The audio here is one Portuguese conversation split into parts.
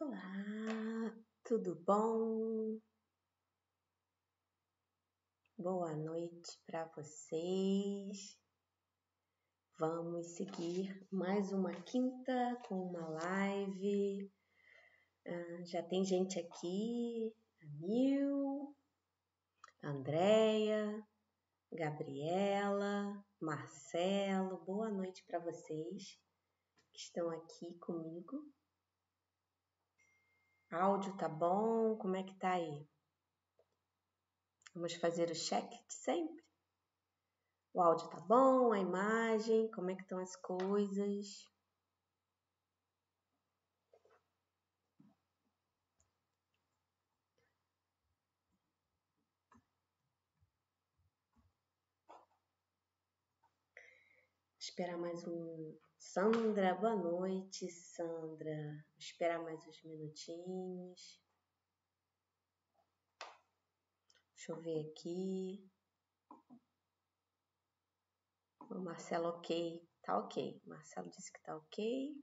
Olá, tudo bom? Boa noite para vocês. Vamos seguir mais uma quinta com uma live. Já tem gente aqui, a Mil, a Andréia, Gabriela, Marcelo. Boa noite para vocês que estão aqui comigo. Áudio tá bom? Como é que tá aí? Vamos fazer o check de sempre? O áudio tá bom? A imagem? Como é que estão as coisas? Esperar mais um... Sandra, boa noite, Sandra. Esperar mais uns minutinhos. Deixa eu ver aqui. O Marcelo, ok. Tá ok. O Marcelo disse que tá ok.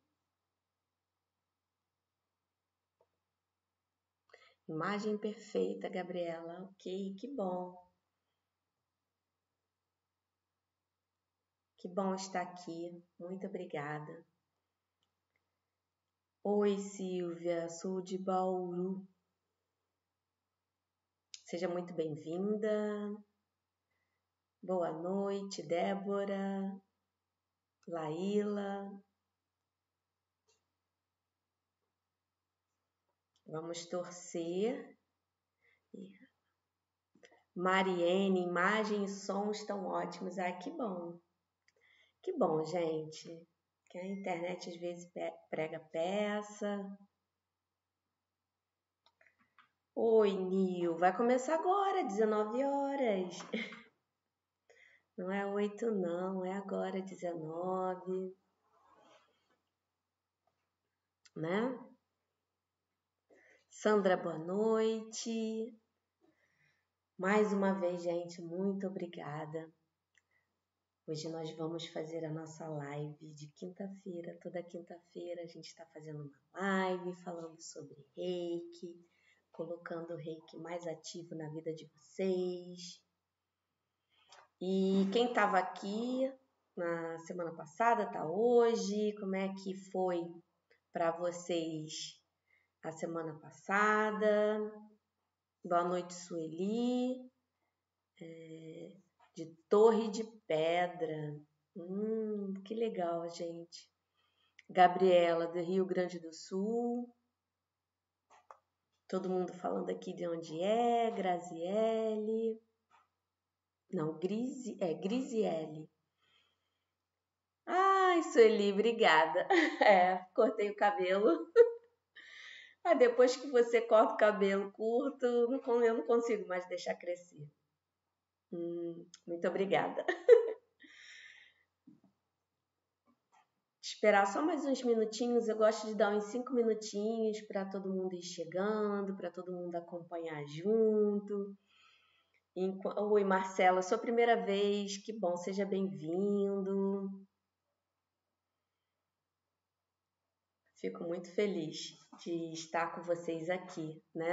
Imagem perfeita, Gabriela. Ok, que bom. Que bom estar aqui. Muito obrigada. Oi, Silvia. Sou de Bauru. Seja muito bem-vinda. Boa noite, Débora, Laíla. Vamos torcer. Mariene, imagem e som estão ótimos. Ah, que bom. Que bom, gente. Que a internet às vezes prega peça. Oi, Nil. Vai começar agora, 19 horas. Não é 8, não. É agora, 19. Né? Sandra, boa noite. Mais uma vez, gente, muito obrigada. Hoje nós vamos fazer a nossa live de quinta-feira. Toda quinta-feira a gente está fazendo uma live falando sobre Reiki, colocando o Reiki mais ativo na vida de vocês. E quem estava aqui na semana passada está hoje. Como é que foi para vocês a semana passada? Boa noite, Sueli. De Torre de Pedra. Que legal, gente. Gabriela, do Rio Grande do Sul. Todo mundo falando aqui de onde é. Graziele. Não, Grisiele. Ai, Sueli, obrigada. Cortei o cabelo. Depois que você corta o cabelo curto, eu não consigo mais deixar crescer. Muito obrigada. Esperar só mais uns minutinhos. Eu gosto de dar uns 5 minutinhos para todo mundo ir chegando, para todo mundo acompanhar junto. Oi, Marcela, sua primeira vez, que bom, seja bem-vindo. Fico muito feliz de estar com vocês aqui, né?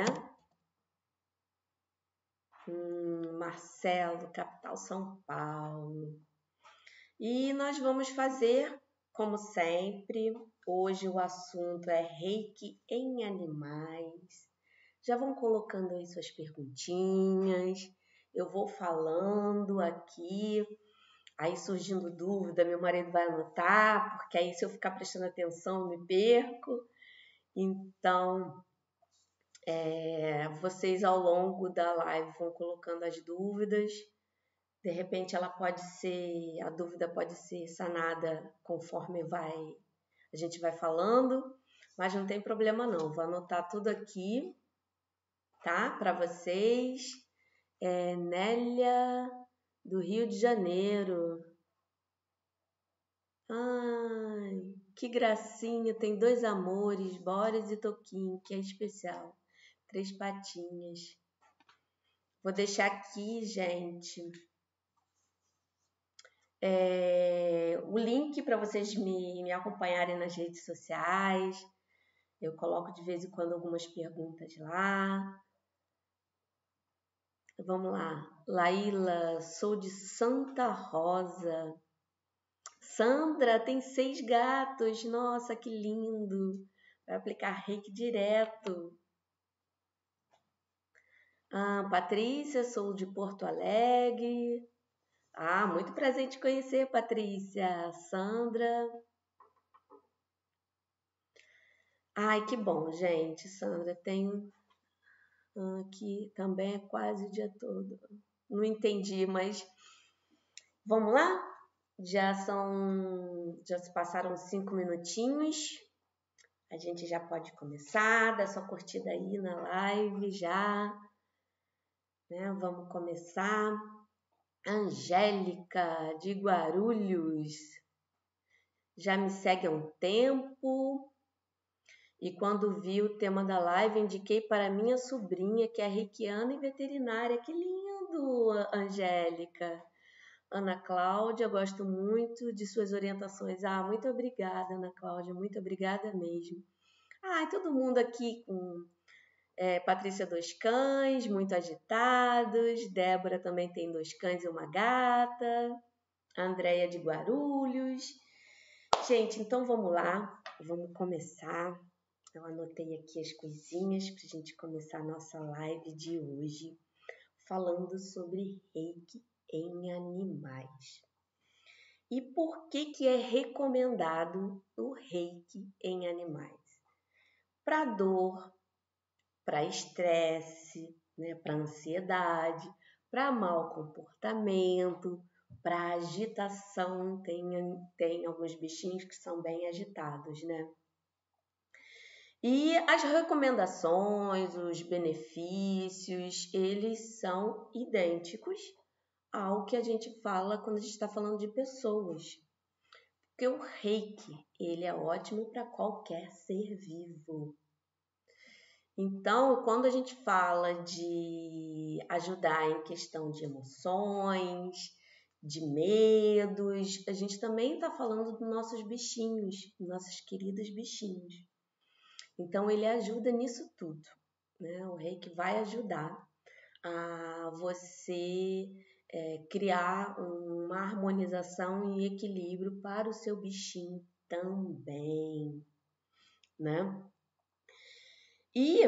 Marcelo, capital São Paulo. E nós vamos fazer, como sempre, hoje o assunto é Reiki em animais. Já vão colocando aí suas perguntinhas, eu vou falando aqui, aí surgindo dúvida, meu marido vai anotar, porque aí se eu ficar prestando atenção eu me perco. Então, vocês ao longo da live vão colocando as dúvidas. De repente a dúvida pode ser sanada conforme a gente vai falando, mas não tem problema não. Vou anotar tudo aqui, tá? Para vocês. Nélia, do Rio de Janeiro. Ai, que gracinha. Tem 2 amores, Boris e Toquinho, que é especial. 3 patinhas. Vou deixar aqui, gente, o link para vocês me acompanharem nas redes sociais. Eu coloco de vez em quando algumas perguntas lá. Vamos lá. Laíla, sou de Santa Rosa. Sandra, tem 6 gatos. Nossa, que lindo. Vai aplicar reiki direto. Patrícia, sou de Porto Alegre. Muito prazer em te conhecer, Patrícia. Sandra. Ai, que bom, gente. Sandra, tenho aqui também é quase o dia todo. Não entendi, mas vamos lá? Já se passaram 5 minutinhos. A gente já pode começar. Dá sua curtida aí na live já. Né? Vamos começar. Angélica de Guarulhos. Já me segue há um tempo. E quando vi o tema da live, indiquei para minha sobrinha, que é reikiana e veterinária. Que lindo, Angélica! Ana Cláudia, gosto muito de suas orientações. Muito obrigada, Ana Cláudia, muito obrigada mesmo. E todo mundo aqui com Patrícia, 2 cães, muito agitados. Débora também tem 2 cães e uma gata. Andréia de Guarulhos. Gente, então vamos lá, vamos começar. Eu anotei aqui as coisinhas para a gente começar a nossa live de hoje, falando sobre reiki em animais. E por que é recomendado o reiki em animais? Para dor, para estresse, né, para ansiedade, para mau comportamento, para agitação. Tem alguns bichinhos que são bem agitados, né? E as recomendações, os benefícios, eles são idênticos ao que a gente fala quando a gente está falando de pessoas. Porque o reiki, ele é ótimo para qualquer ser vivo. Então, quando a gente fala de ajudar em questão de emoções, de medos, a gente também está falando dos nossos bichinhos, nossos queridos bichinhos. Então, ele ajuda nisso tudo, né? O reiki vai ajudar a você criar uma harmonização e equilíbrio para o seu bichinho também, né? E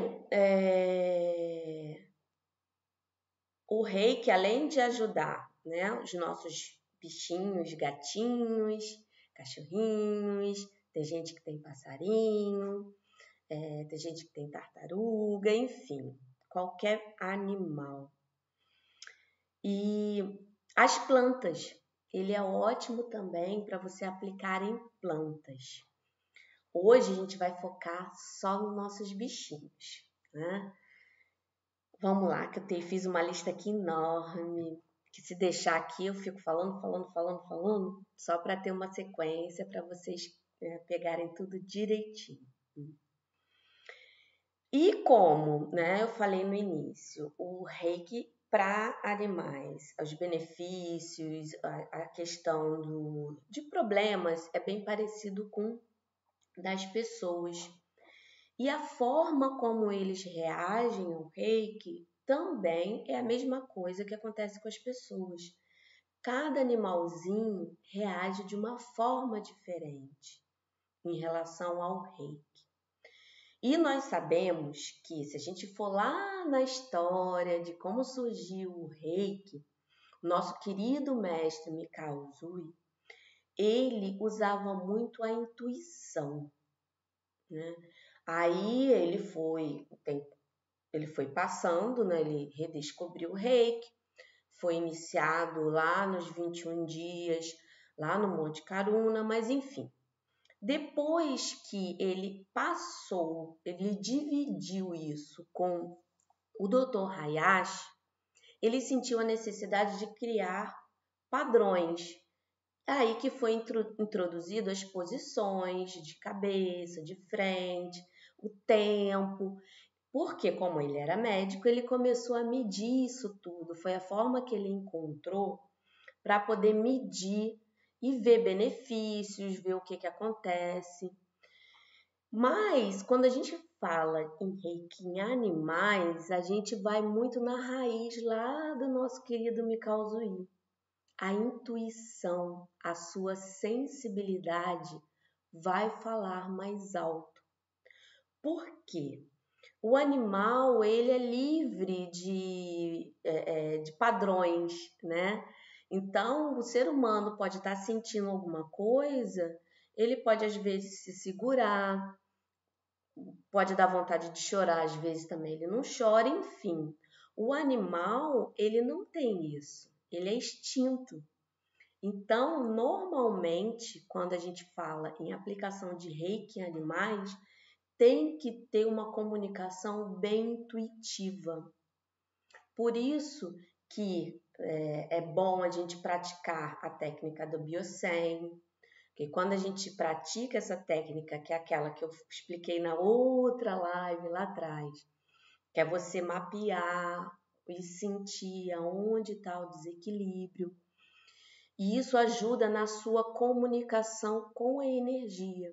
o reiki, além de ajudar, né, os nossos bichinhos, gatinhos, cachorrinhos, tem gente que tem passarinho, tem gente que tem tartaruga, enfim, qualquer animal. E as plantas, ele é ótimo também para você aplicar em plantas. Hoje a gente vai focar só nos nossos bichinhos, né? Vamos lá, que eu fiz uma lista aqui enorme, que se deixar aqui eu fico falando, só para ter uma sequência para vocês pegarem tudo direitinho. E como, né, eu falei no início, o reiki para animais, os benefícios, a questão de problemas é bem parecido com das pessoas. E a forma como eles reagem ao reiki também é a mesma coisa que acontece com as pessoas. Cada animalzinho reage de uma forma diferente em relação ao reiki. E nós sabemos que, se a gente for lá na história de como surgiu o reiki, o nosso querido mestre Mikao Usui, ele usava muito a intuição, né? Aí ele foi passando, né? Ele redescobriu o reiki, foi iniciado lá nos 21 dias, lá no Monte Karuna, mas enfim. Depois que ele dividiu isso com o Dr. Hayashi, ele sentiu a necessidade de criar padrões. Aí que foi introduzido as posições de cabeça, de frente, o tempo, porque como ele era médico, ele começou a medir isso tudo. Foi a forma que ele encontrou para poder medir e ver benefícios, ver o que acontece. Mas, quando a gente fala em reiki em animais, a gente vai muito na raiz lá do nosso querido Mikao Zui. A intuição, a sua sensibilidade vai falar mais alto. Por quê? O animal, ele é livre de padrões, né? Então, o ser humano pode estar sentindo alguma coisa, ele pode às vezes se segurar, pode dar vontade de chorar, às vezes também ele não chora, enfim. O animal, ele não tem isso, ele é extinto. Então, normalmente, quando a gente fala em aplicação de reiki em animais, tem que ter uma comunicação bem intuitiva. Por isso que é bom a gente praticar a técnica do Biosen, porque quando a gente pratica essa técnica, que é aquela que eu expliquei na outra live lá atrás, que é você mapear e sentir aonde está o desequilíbrio, e isso ajuda na sua comunicação com a energia.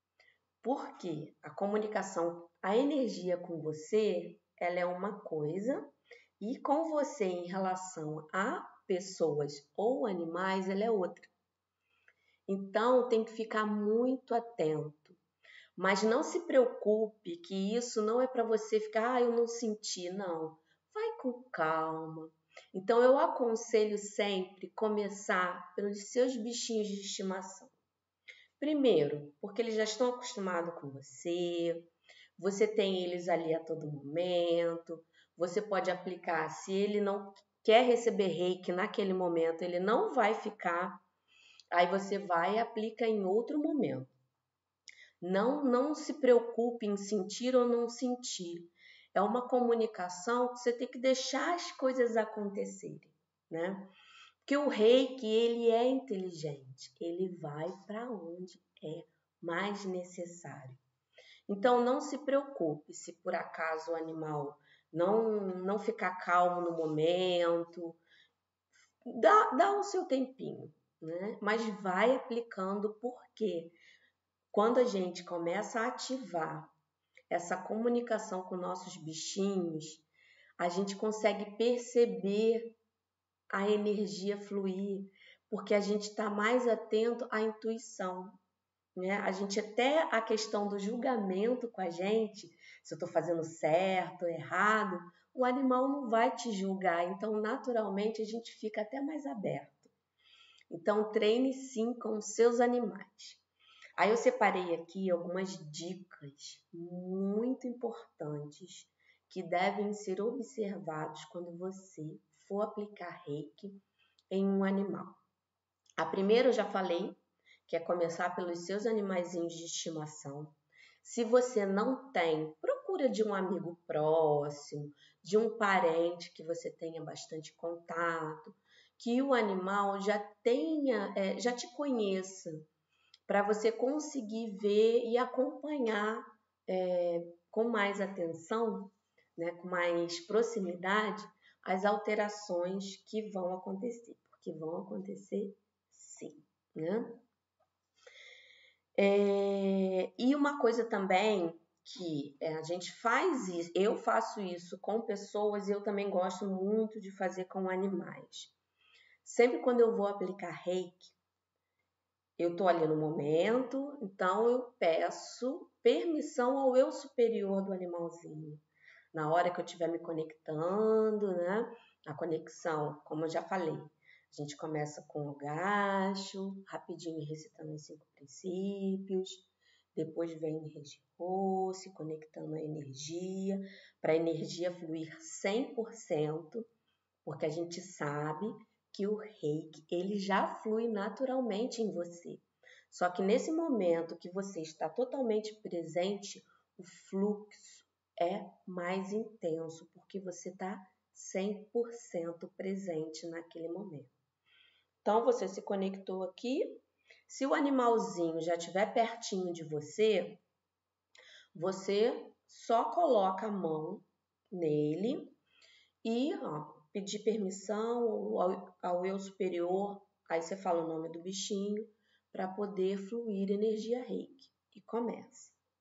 Porque a comunicação, a energia com você, ela é uma coisa, e com você em relação a pessoas ou animais, ela é outra. Então, tem que ficar muito atento. Mas não se preocupe que isso não é para você ficar, eu não senti, não. Vai com calma. Então, eu aconselho sempre começar pelos seus bichinhos de estimação. Primeiro, porque eles já estão acostumados com você tem eles ali a todo momento, você pode aplicar. Se ele não quer receber reiki naquele momento, ele não vai ficar, aí você vai e aplica em outro momento. Não se preocupe em sentir ou não sentir. É uma comunicação que você tem que deixar as coisas acontecerem, né? Porque o reiki, ele é inteligente, ele vai para onde é mais necessário. Então, não se preocupe se por acaso o animal não ficar calmo no momento, dá o seu tempinho, né? Mas vai aplicando, porque quando a gente começa a ativar essa comunicação com nossos bichinhos, a gente consegue perceber a energia fluir, porque a gente está mais atento à intuição, né? A gente até a questão do julgamento com a gente, se eu estou fazendo certo, errado, o animal não vai te julgar, então naturalmente a gente fica até mais aberto. Então treine sim com os seus animais. Aí eu separei aqui algumas dicas muito importantes que devem ser observados quando você for aplicar reiki em um animal. A primeira eu já falei, que é começar pelos seus animaizinhos de estimação. Se você não tem, procura de um amigo próximo, de um parente que você tenha bastante contato, que o animal já tenha, já te conheça, para você conseguir ver e acompanhar com mais atenção, né, com mais proximidade, as alterações que vão acontecer, porque vão acontecer sim, né? E uma coisa também que a gente faz isso, eu faço isso com pessoas e eu também gosto muito de fazer com animais. Sempre quando eu vou aplicar reiki, eu estou ali no momento, então eu peço permissão ao eu superior do animalzinho. Na hora que eu estiver me conectando, né? A conexão, como eu já falei, a gente começa com o gacho, rapidinho recitando os 5 princípios, depois vem Regirô, se conectando à energia, para a energia fluir 100%, porque a gente sabe que o reiki, ele já flui naturalmente em você. Só que nesse momento que você está totalmente presente, o fluxo é mais intenso, porque você está 100% presente naquele momento. Então, você se conectou aqui. Se o animalzinho já estiver pertinho de você, você só coloca a mão nele e pedir permissão ao eu superior, aí você fala o nome do bichinho, para poder fluir energia reiki. E começa.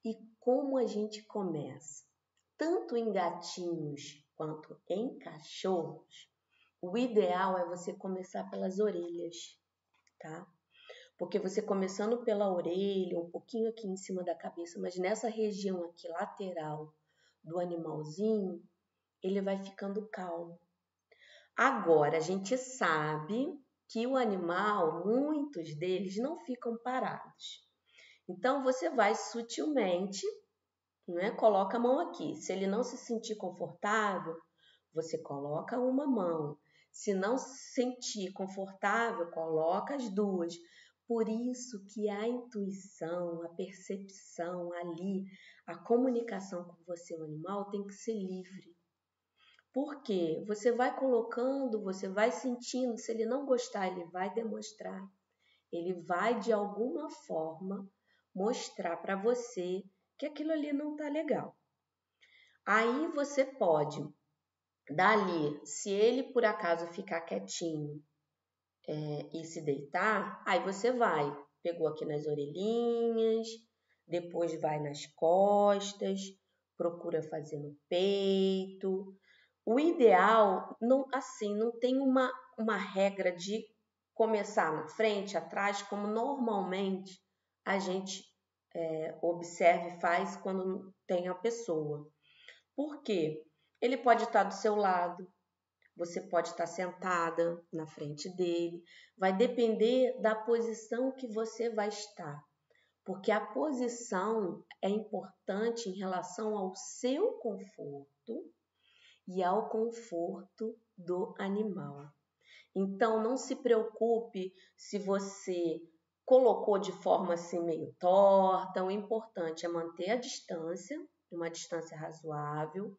E como a gente começa? Tanto em gatinhos quanto em cachorros, o ideal é você começar pelas orelhas, tá? Porque você começando pela orelha, um pouquinho aqui em cima da cabeça, mas nessa região aqui lateral do animalzinho, ele vai ficando calmo. Agora, a gente sabe que o animal, muitos deles não ficam parados. Então, você vai sutilmente, né, coloca a mão aqui. Se ele não se sentir confortável, você coloca uma mão. Se não se sentir confortável, coloca as duas. Por isso que a intuição, a percepção ali, a comunicação com você, o animal, tem que ser livre. Porque você vai colocando, você vai sentindo, se ele não gostar, ele vai demonstrar. Ele vai, de alguma forma, mostrar para você que aquilo ali não está legal. Aí você pode, dali, se ele por acaso ficar quietinho e se deitar, aí você vai, pegou aqui nas orelhinhas, depois vai nas costas, procura fazer no peito. O ideal, não, assim, não tem uma regra de começar na frente, atrás, como normalmente a gente observa e faz quando tem a pessoa. Por quê? Ele pode estar do seu lado, você pode estar sentada na frente dele, vai depender da posição que você vai estar, porque a posição é importante em relação ao seu conforto e ao conforto do animal. Então, não se preocupe se você colocou de forma assim meio torta. O importante é manter a distância, uma distância razoável,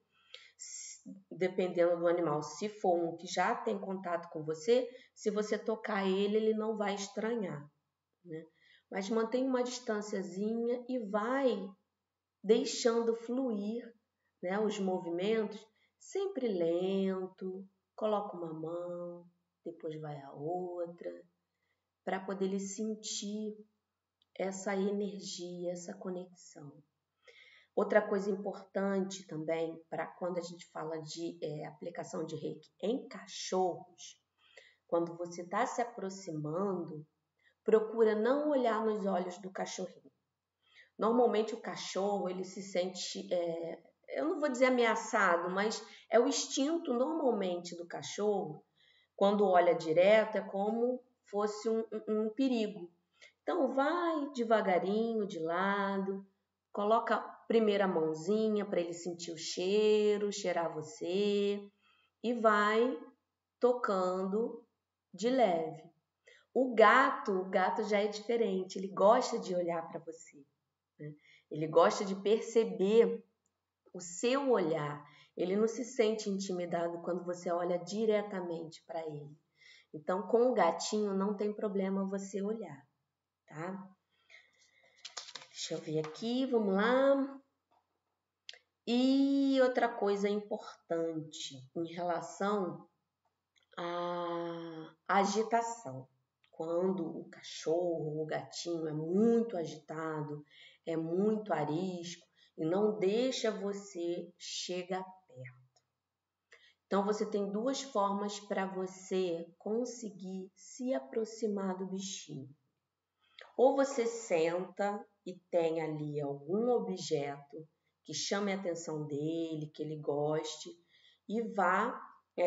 dependendo do animal. Se for um que já tem contato com você, se você tocar ele, ele não vai estranhar, né? Mas mantém uma distânciazinha e vai deixando fluir, né, os movimentos, sempre lento, coloca uma mão, depois vai a outra, para poder ele sentir essa energia, essa conexão. Outra coisa importante também, para quando a gente fala de aplicação de reiki em cachorros, quando você está se aproximando, procura não olhar nos olhos do cachorrinho. Normalmente o cachorro, ele se sente, eu não vou dizer ameaçado, mas é o instinto normalmente do cachorro, quando olha direto, é como fosse um perigo. Então vai devagarinho de lado, coloca a primeira mãozinha para ele sentir o cheiro, cheirar você e vai tocando de leve. O gato já é diferente, ele gosta de olhar para você, né? Ele gosta de perceber o seu olhar. Ele não se sente intimidado quando você olha diretamente para ele. Então, com o gatinho não tem problema você olhar, tá? Deixa eu ver aqui, vamos lá. E outra coisa importante em relação à agitação. Quando o cachorro, o gatinho é muito agitado, é muito arisco e não deixa você chegar perto. Então, você tem duas formas para você conseguir se aproximar do bichinho. Ou você senta e tem ali algum objeto que chame a atenção dele, que ele goste, e vá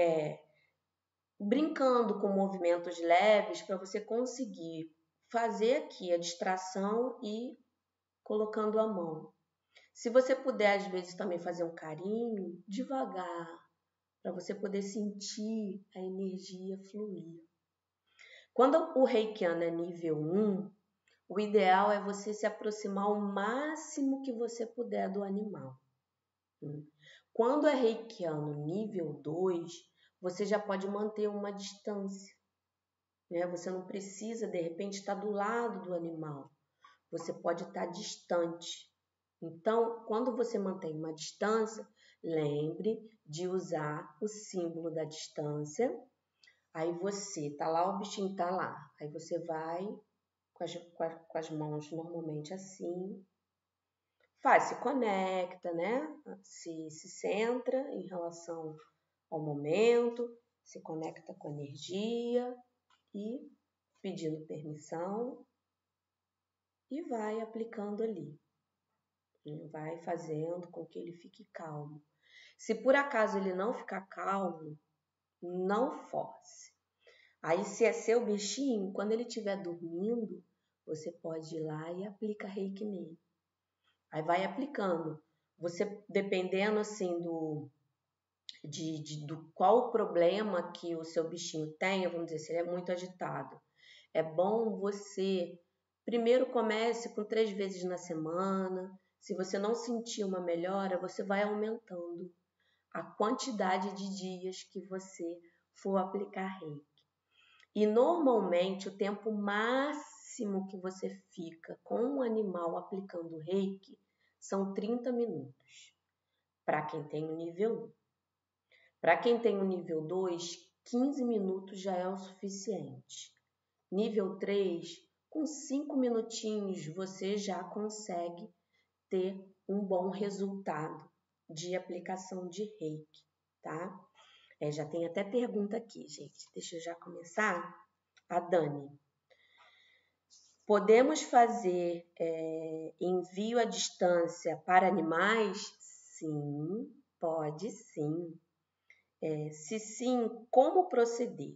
brincando com movimentos leves para você conseguir fazer aqui a distração e colocando a mão. Se você puder, às vezes, também fazer um carinho, devagar, para você poder sentir a energia fluir. Quando o reikiano é nível 1, o ideal é você se aproximar o máximo que você puder do animal. Quando é reikiano nível 2, você já pode manter uma distância, né? Você não precisa, de repente, estar do lado do animal. Você pode estar distante. Então, quando você mantém uma distância, lembre de usar o símbolo da distância. Aí você tá lá, o bichinho tá lá. Aí você vai com as mãos normalmente assim, se conecta, né? Se centra em relação ao momento, se conecta com a energia e pedindo permissão e vai aplicando ali. Vai fazendo com que ele fique calmo. Se por acaso ele não ficar calmo, não force. Aí, se é seu bichinho, quando ele estiver dormindo, você pode ir lá e aplica reiki nele. Aí vai aplicando. Você, dependendo assim do qual o problema que o seu bichinho tenha, vamos dizer, se ele é muito agitado, é bom você primeiro comece com 3 vezes na semana. Se você não sentir uma melhora, você vai aumentando a quantidade de dias que você for aplicar reiki. E normalmente o tempo máximo que você fica com um animal aplicando reiki são 30 minutos, para quem tem o nível 1. Para quem tem o nível 2, 15 minutos já é o suficiente. Nível 3, com 5 minutinhos você já consegue ter um bom resultado de aplicação de reiki, tá? Já tem até pergunta aqui, gente. Deixa eu já começar. A Dani. Podemos fazer envio à distância para animais? Sim, pode sim. Se sim, como proceder?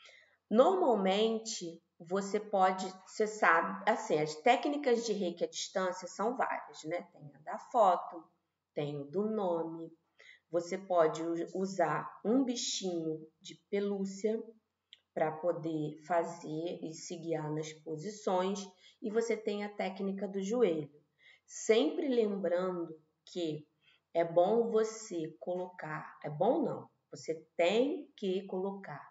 Normalmente, você sabe, assim, as técnicas de reiki à distância são várias, né? Tem a da foto, tem o do nome. Você pode usar um bichinho de pelúcia para poder fazer e se guiar nas posições, e você tem a técnica do joelho. Sempre lembrando que é bom você colocar, é bom não, você tem que colocar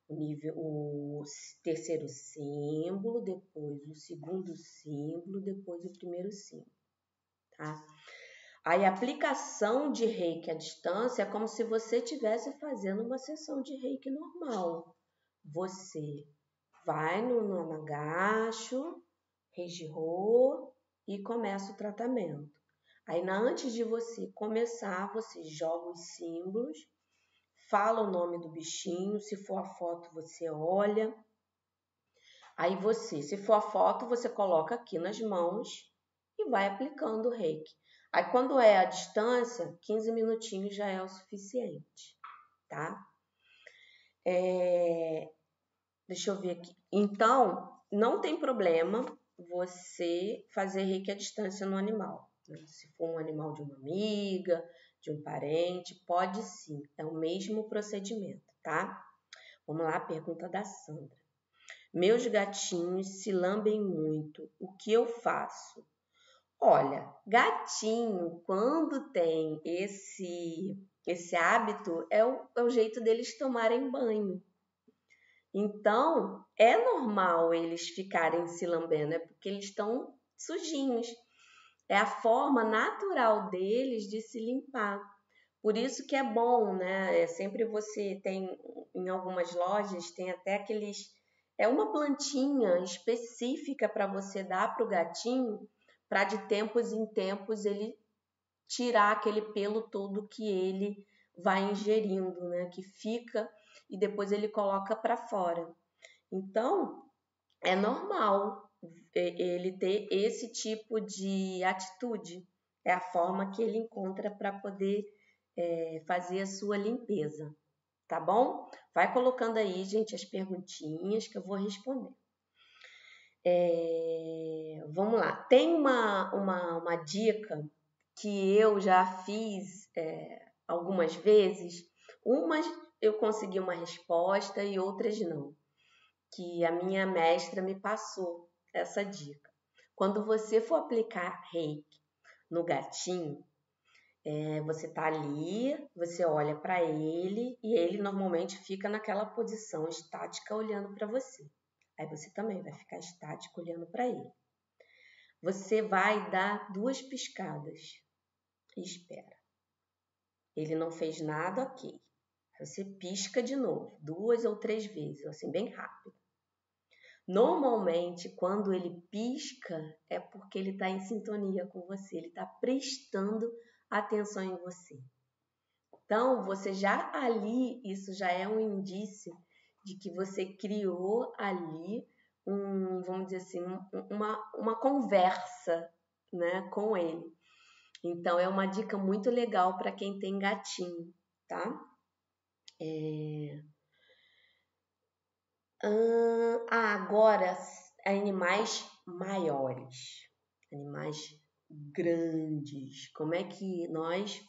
o terceiro símbolo, depois o segundo símbolo, depois o primeiro símbolo, tá? Aí a aplicação de reiki à distância é como se você estivesse fazendo uma sessão de reiki normal. Você vai no agacho, Reijiro e começa o tratamento. Aí antes de você começar, você joga os símbolos, fala o nome do bichinho, se for a foto você olha. Aí se for a foto, você coloca aqui nas mãos e vai aplicando o reiki. Aí quando é a distância, 15 minutinhos já é o suficiente, tá? Deixa eu ver aqui. Então, não tem problema você fazer reiki à distância no animal, né? Se for um animal de uma amiga, de um parente, pode sim. É o mesmo procedimento, tá? Vamos lá, pergunta da Sandra. Meus gatinhos se lambem muito. O que eu faço? Olha, gatinho, quando tem esse hábito, é o jeito deles tomarem banho. Então, é normal eles ficarem se lambendo, é porque eles estão sujinhos. É a forma natural deles de se limpar. Por isso que é bom, né? Sempre você tem, em algumas lojas, tem até aqueles... É uma plantinha específica para você dar para o gatinho, para de tempos em tempos ele tirar aquele pelo todo que ele vai ingerindo, né? Que fica e depois ele coloca para fora. Então, é normal ele ter esse tipo de atitude. É a forma que ele encontra para poder fazer a sua limpeza, tá bom? Vai colocando aí, gente, as perguntinhas que eu vou responder. Vamos lá. Tem uma dica que eu já fiz algumas vezes. Umas eu consegui uma resposta e outras não. Que a minha mestra me passou essa dica. Quando você for aplicar reiki no gatinho, você tá ali, você olha para ele e ele normalmente fica naquela posição estática olhando para você. Aí você também vai ficar estático olhando para ele. Você vai dar 2 piscadas e espera. Ele não fez nada, ok. Você pisca de novo, 2 ou 3 vezes, assim, bem rápido. Normalmente, quando ele pisca, é porque ele está em sintonia com você, ele está prestando atenção em você. Então, você já ali, isso já é um indício de que você criou ali vamos dizer assim, uma conversa, né, com ele. Então, é uma dica muito legal para quem tem gatinho, tá? Agora, animais maiores, animais grandes. Como é que nós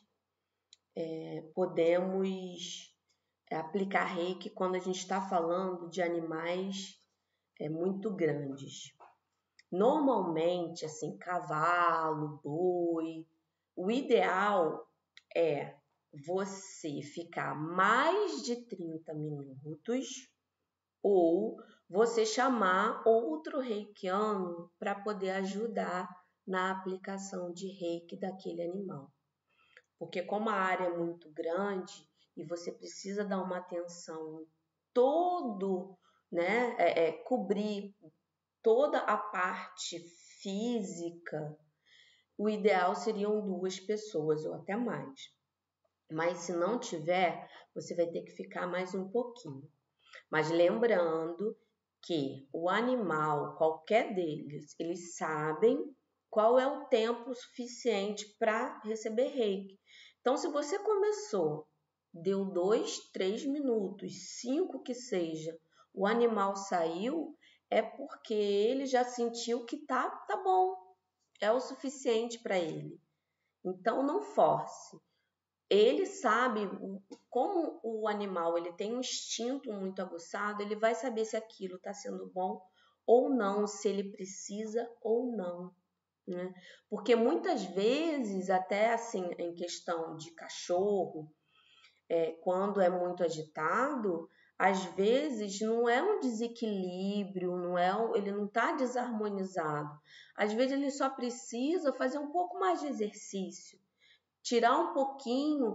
podemos aplicar reiki quando a gente está falando de animais muito grandes? Normalmente, assim, cavalo, boi, o ideal é você ficar mais de 30 minutos ou você chamar outro reikiano para poder ajudar na aplicação de reiki daquele animal. Porque como a área é muito grande e você precisa dar uma atenção todo, né, cobrir toda a parte física, o ideal seriam 2 pessoas ou até mais. Mas se não tiver, você vai ter que ficar mais um pouquinho. Mas lembrando que o animal, qualquer deles, eles sabem qual é o tempo suficiente para receber reiki. Então, se você começou, deu 2, 3 minutos, 5 que seja, o animal saiu, é porque ele já sentiu que tá bom, é o suficiente para ele. Então, não force. Ele sabe, como o animal ele tem um instinto muito aguçado, ele vai saber se aquilo está sendo bom ou não, se ele precisa ou não, né? Porque muitas vezes, até assim, em questão de cachorro, quando é muito agitado, às vezes não é um desequilíbrio, ele não está desarmonizado. Às vezes ele só precisa fazer um pouco mais de exercício, tirar um pouquinho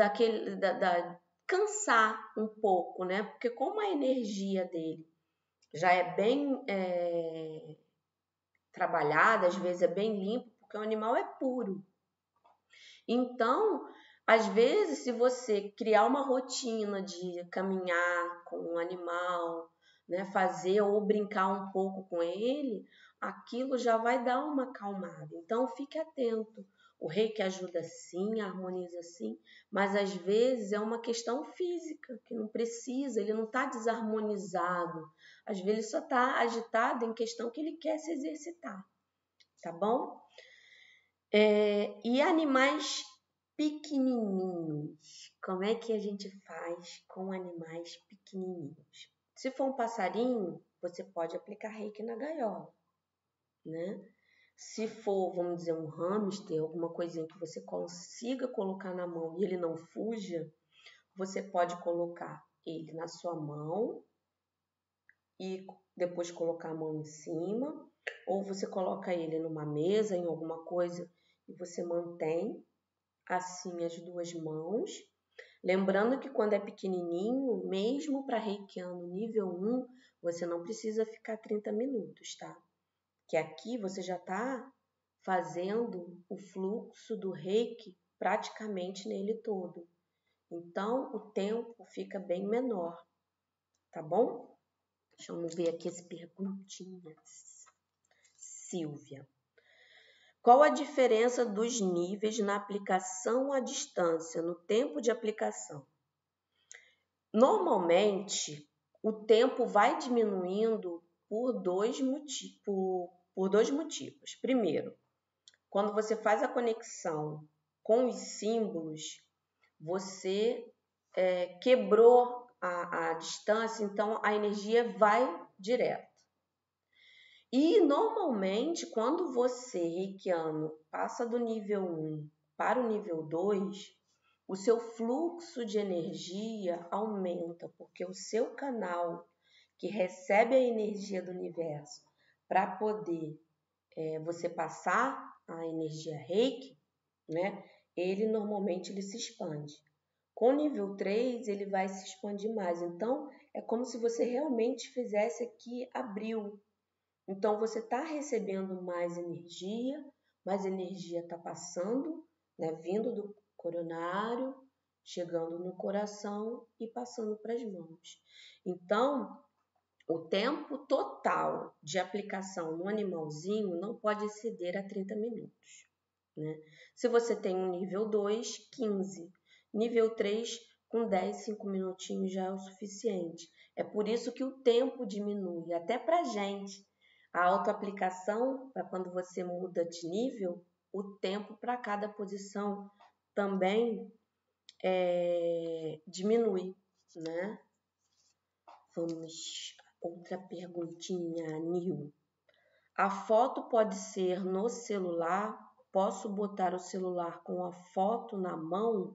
cansar um pouco, né? Porque como a energia dele já é bem trabalhada, às vezes é bem limpo, porque o animal é puro. Então, às vezes, se você criar uma rotina de caminhar com um animal, né, fazer ou brincar um pouco com ele, aquilo já vai dar uma acalmada. Então, fique atento. O reiki ajuda sim, harmoniza sim, mas às vezes é uma questão física, que não precisa, ele não está desarmonizado. Às vezes ele só está agitado em questão que ele quer se exercitar, tá bom? E animais pequenininhos, como é que a gente faz com animais pequenininhos? Se for um passarinho, você pode aplicar reiki na gaiola, né? Se for, vamos dizer, um hamster, alguma coisinha que você consiga colocar na mão e ele não fuja, você pode colocar ele na sua mão e depois colocar a mão em cima, ou você coloca ele numa mesa, em alguma coisa, e você mantém assim as 2 mãos. Lembrando que quando é pequenininho, mesmo para reikiano nível 1, você não precisa ficar 30 minutos, tá? Que aqui você já está fazendo o fluxo do reiki praticamente nele todo. Então, o tempo fica bem menor, tá bom? Deixa eu ver aqui as perguntinhas. Silvia. Qual a diferença dos níveis na aplicação à distância, no tempo de aplicação? Normalmente, o tempo vai diminuindo por dois motivos. Primeiro, quando você faz a conexão com os símbolos, você quebrou a distância, então a energia vai direto. E normalmente, quando você, reikiano, passa do nível 1 para o nível 2, o seu fluxo de energia aumenta, porque o seu canal que recebe a energia do universo para poder você passar a energia reiki, né? Ele normalmente se expande. Com o nível 3, ele vai se expandir mais. Então, é como se você realmente fizesse aqui abril. Então, você está recebendo mais energia está passando, né, vindo do coronário, chegando no coração e passando para as mãos. Então, o tempo total de aplicação no animalzinho não pode exceder a 30 minutos. Né? Se você tem um nível 2, 15. Nível 3, com 10, 5 minutinhos já é o suficiente. É por isso que o tempo diminui, até para a gente. A autoaplicação, para quando você muda de nível, o tempo para cada posição também diminui, né? Vamos, outra perguntinha, Nil. A foto pode ser no celular? Posso botar o celular com a foto na mão?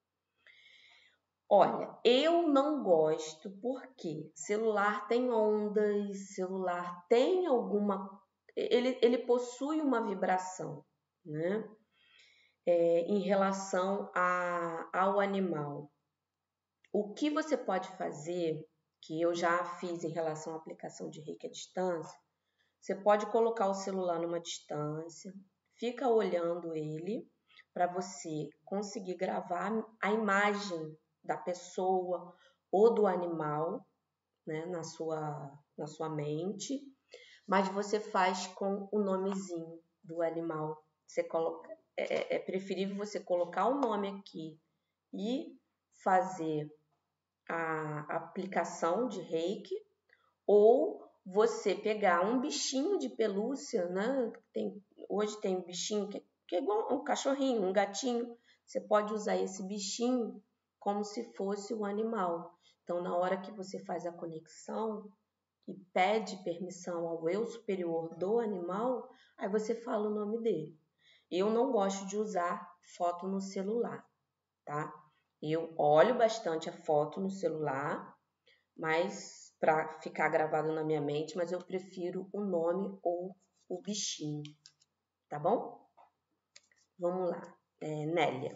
Olha, eu não gosto porque celular tem ondas, celular tem ele possui uma vibração, né? Em relação ao animal. O que você pode fazer, que eu já fiz em relação à aplicação de reiki à distância, você pode colocar o celular numa distância, fica olhando ele para você conseguir gravar a imagem da pessoa ou do animal, né, na sua mente, mas você faz com o nomezinho do animal. Você coloca, é preferível você colocar o nome aqui e fazer a aplicação de reiki, ou você pegar um bichinho de pelúcia, né? Hoje tem um bichinho que é igual um cachorrinho, um gatinho. Você pode usar esse bichinho como se fosse um animal. Então, na hora que você faz a conexão e pede permissão ao eu superior do animal, aí você fala o nome dele. Eu não gosto de usar foto no celular, tá? Eu olho bastante a foto no celular, mas para ficar gravado na minha mente, mas eu prefiro o nome ou o bichinho, tá bom? Vamos lá, Nélia.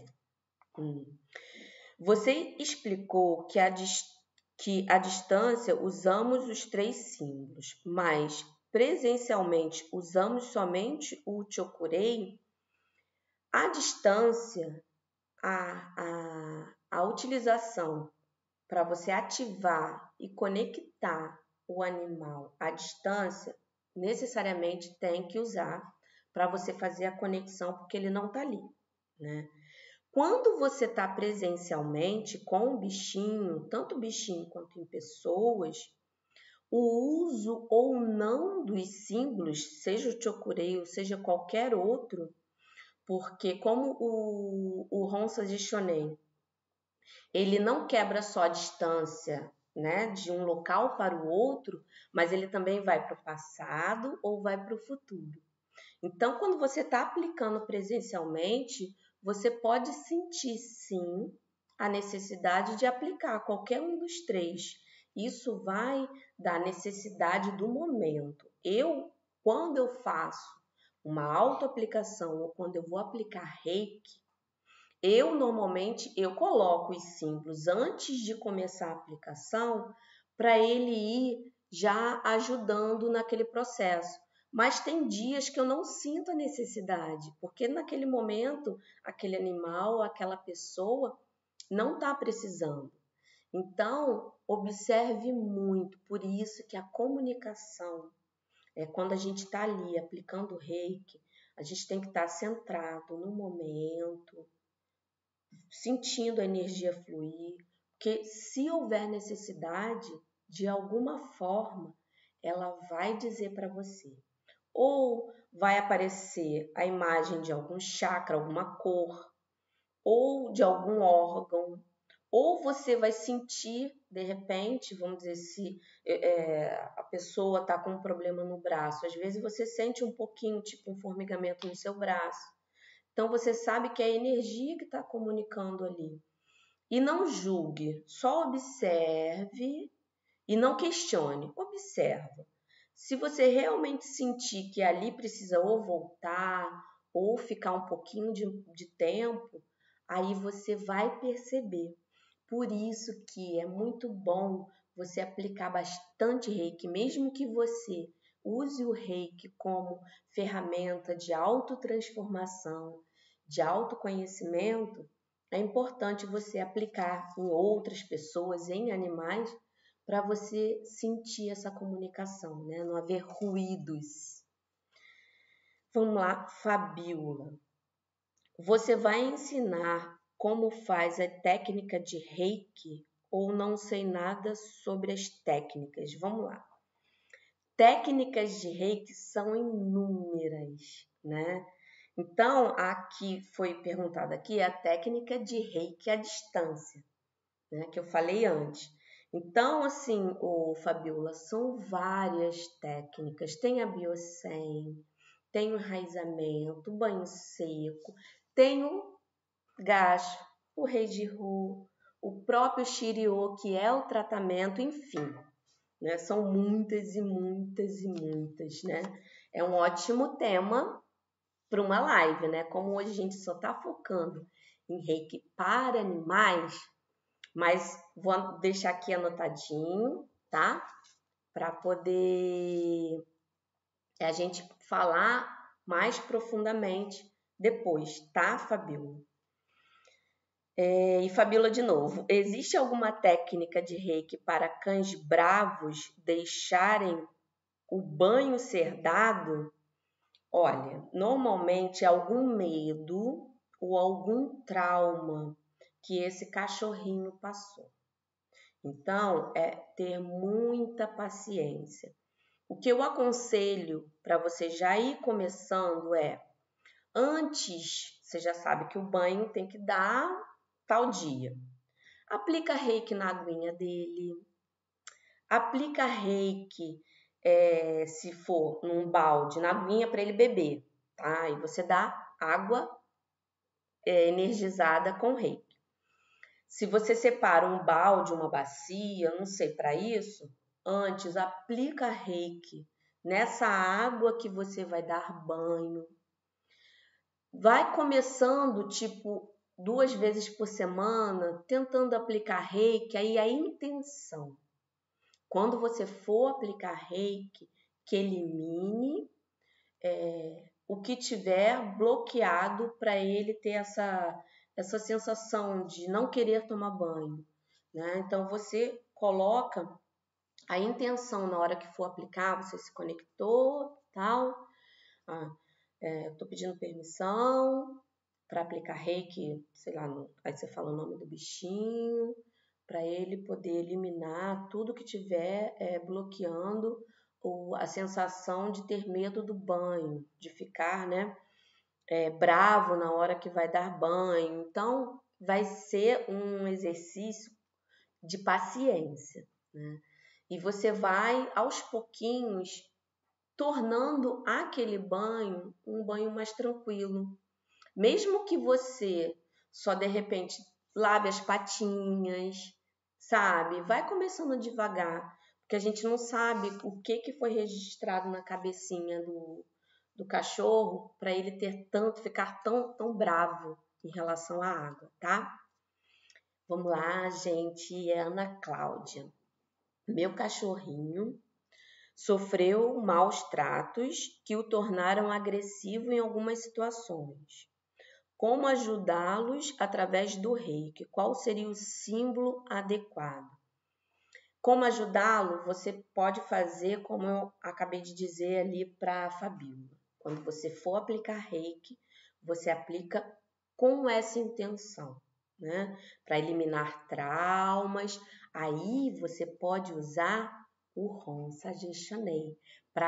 Você explicou que a distância usamos os 3 símbolos, mas presencialmente usamos somente o Chokurei. A distância, a utilização para você ativar e conectar o animal à distância, necessariamente tem que usar para você fazer a conexão, porque ele não está ali, né? Quando você está presencialmente com o bichinho, tanto o bichinho quanto em pessoas, o uso ou não dos símbolos, seja o Chokurei ou seja qualquer outro, porque como o Honsa de Shonen, ele não quebra só a distância, né, de um local para o outro, mas ele também vai para o passado ou vai para o futuro. Então, quando você está aplicando presencialmente, você pode sentir sim a necessidade de aplicar qualquer um dos 3. Isso vai da necessidade do momento. Quando eu faço uma autoaplicação ou quando eu vou aplicar reiki, normalmente coloco os símbolos antes de começar a aplicação para ele ir já ajudando naquele processo. Mas tem dias que eu não sinto a necessidade, porque naquele momento aquele animal, aquela pessoa não está precisando. Então, observe muito, por isso que a comunicação, quando a gente está ali aplicando o reiki, a gente tem que estar centrado no momento, sentindo a energia fluir, porque se houver necessidade, de alguma forma, ela vai dizer para você. Ou vai aparecer a imagem de algum chakra, alguma cor, ou de algum órgão, ou você vai sentir, de repente, vamos dizer, se a pessoa está com um problema no braço, às vezes você sente um pouquinho, tipo um formigamento no seu braço. Então, você sabe que é a energia que está comunicando ali. E não julgue, só observe e não questione. Observa. Se você realmente sentir que ali precisa ou voltar ou ficar um pouquinho de tempo, aí você vai perceber. Por isso que é muito bom você aplicar bastante reiki, mesmo que você use o reiki como ferramenta de autotransformação, de autoconhecimento, é importante você aplicar em outras pessoas, em animais, para você sentir essa comunicação, né? Não haver ruídos. Vamos lá, Fabíola. Você vai ensinar como faz a técnica de reiki ou não sei nada sobre as técnicas? Vamos lá. Técnicas de reiki são inúmeras, né? Então, aqui foi perguntado aqui a técnica de reiki à distância, né? Que eu falei antes. Então, assim, Fabiola, são várias técnicas. Tem a Biosen, tem o enraizamento, o banho seco, tem o gacho, o Reiji-Ru, o próprio Shiryo, que é o tratamento, enfim, né? São muitas e muitas e muitas, né? É um ótimo tema para uma live, né? Como hoje a gente só está focando em reiki para animais, mas vou deixar aqui anotadinho, tá? Para poder a gente falar mais profundamente depois, tá, Fabiola? E Fabiola de novo, existe alguma técnica de reiki para cães bravos deixarem o banho ser dado? Olha, normalmente algum medo ou algum trauma que esse cachorrinho passou. Então, é ter muita paciência. O que eu aconselho para você já ir começando é, antes, você já sabe que o banho tem que dar tal dia. Aplica reiki na aguinha dele. Aplica reiki, se for num balde, na aguinha para ele beber, tá? E você dá água energizada com reiki. Se você separa um balde, uma bacia, não sei, para isso, antes aplica reiki nessa água que você vai dar banho. Vai começando, tipo, 2 vezes por semana, tentando aplicar reiki, aí a intenção. Quando você for aplicar reiki, que elimine o que tiver bloqueado para ele ter essa sensação de não querer tomar banho, né? Então, você coloca a intenção na hora que for aplicar, você se conectou, tal. Estou pedindo permissão para aplicar reiki, sei lá, aí você fala o nome do bichinho, para ele poder eliminar tudo que tiver bloqueando a sensação de ter medo do banho, de ficar, né, bravo na hora que vai dar banho. Então, vai ser um exercício de paciência, né? E você vai, aos pouquinhos, tornando aquele banho um banho mais tranquilo. Mesmo que você só, de repente, lave as patinhas, sabe? Vai começando devagar, porque a gente não sabe o que foi registrado na cabecinha do cachorro para ele ficar tão bravo em relação à água, tá? Vamos lá, gente. É Ana Cláudia. Meu cachorrinho sofreu maus tratos que o tornaram agressivo em algumas situações. Como ajudá-los através do reiki? Qual seria o símbolo adequado? Como ajudá-lo? Você pode fazer como eu acabei de dizer ali para a Fabíola. Quando você for aplicar reiki, você aplica com essa intenção, né? Para eliminar traumas. Aí você pode usar o Ron Sajeshane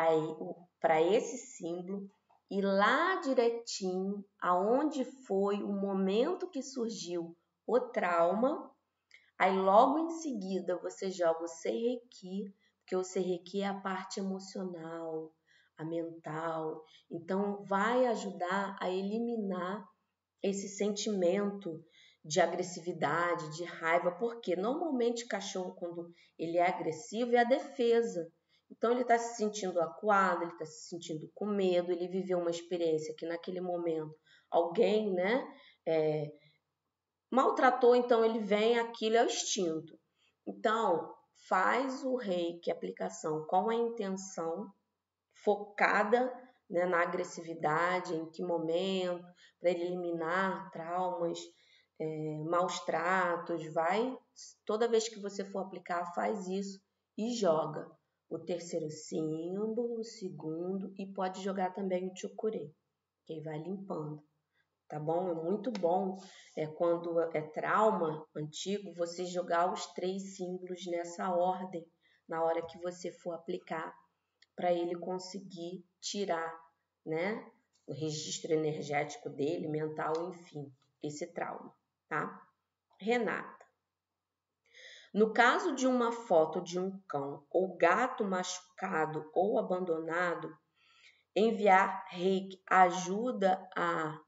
para esse símbolo e lá direitinho aonde foi o momento que surgiu o trauma. Aí logo em seguida você joga o Seireki, porque o Seireki é a parte emocional, a mental. Então vai ajudar a eliminar esse sentimento de agressividade, de raiva, porque normalmente o cachorro, quando ele é agressivo, é a defesa. Então ele está se sentindo acuado, ele está se sentindo com medo, ele viveu uma experiência que naquele momento alguém, né, maltratou, então ele vem, aquilo é o instinto. Então, faz o reiki, a aplicação com a intenção focada, né, na agressividade, em que momento, para ele eliminar traumas, maus tratos, toda vez que você for aplicar, faz isso e joga o terceiro símbolo, o segundo, e pode jogar também o chukure, que aí vai limpando, tá bom? É muito bom, quando é trauma antigo, você jogar os 3 símbolos nessa ordem, na hora que você for aplicar, para ele conseguir tirar, né, o registro energético dele, mental, enfim, esse trauma, tá? Renata. No caso de uma foto de um cão ou gato machucado ou abandonado, enviar reiki ajuda a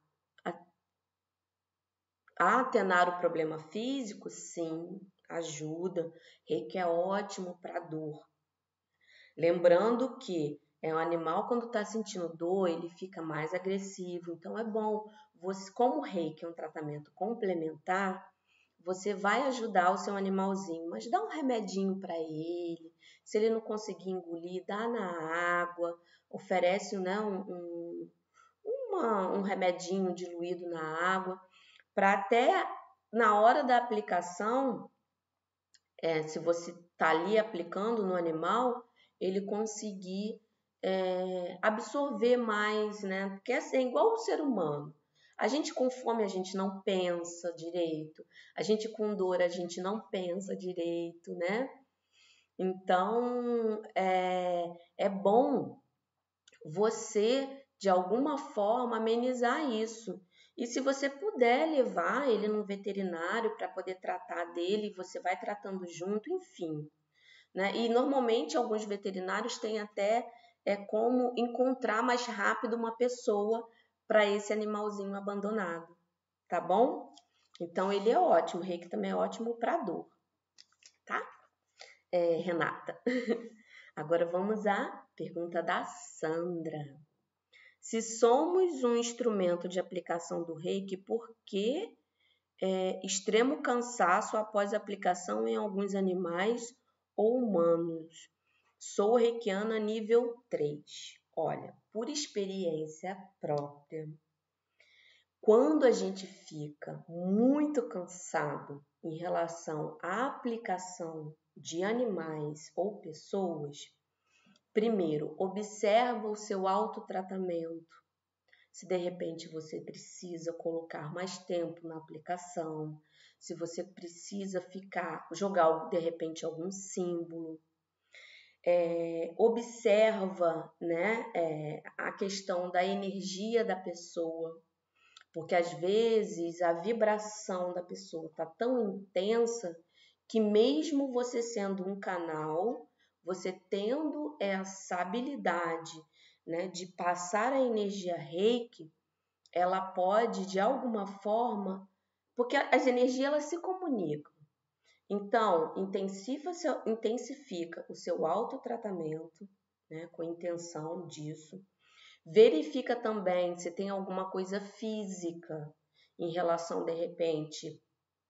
atenuar o problema físico? Sim, ajuda. Reiki é ótimo para dor. Lembrando que um animal, quando está sentindo dor, ele fica mais agressivo. Então, é bom, como o reiki é um tratamento complementar, você vai ajudar o seu animalzinho, mas dá um remedinho para ele. Se ele não conseguir engolir, dá na água, oferece, né, um remedinho diluído na água, para até na hora da aplicação, se você está ali aplicando no animal, ele conseguir absorver mais, né? Porque é igual o ser humano. A gente com fome, a gente não pensa direito. A gente com dor, a gente não pensa direito, né? Então, é bom você, de alguma forma, amenizar isso. E se você puder levar ele num veterinário para poder tratar dele, você vai tratando junto, enfim. Né? E normalmente alguns veterinários têm até como encontrar mais rápido uma pessoa para esse animalzinho abandonado, tá bom? Então ele é ótimo, o reiki também é ótimo para dor, tá? Renata. Agora vamos à pergunta da Sandra. Se somos um instrumento de aplicação do reiki, por que extremo cansaço após aplicação em alguns animais ou humanos? Sou reikiana nível 3. Olha, por experiência própria, quando a gente fica muito cansado em relação à aplicação de animais ou pessoas, primeiro, observa o seu autotratamento. Se de repente você precisa colocar mais tempo na aplicação, se você precisa jogar de repente algum símbolo, observa, né, a questão da energia da pessoa, porque às vezes a vibração da pessoa está tão intensa que mesmo você sendo um canal, você tendo essa habilidade, né, de passar a energia reiki, ela pode de alguma forma, porque as energias elas se comunicam. Então, intensifica o seu autotratamento, né, com a intenção disso. Verifica também se tem alguma coisa física em relação, de repente,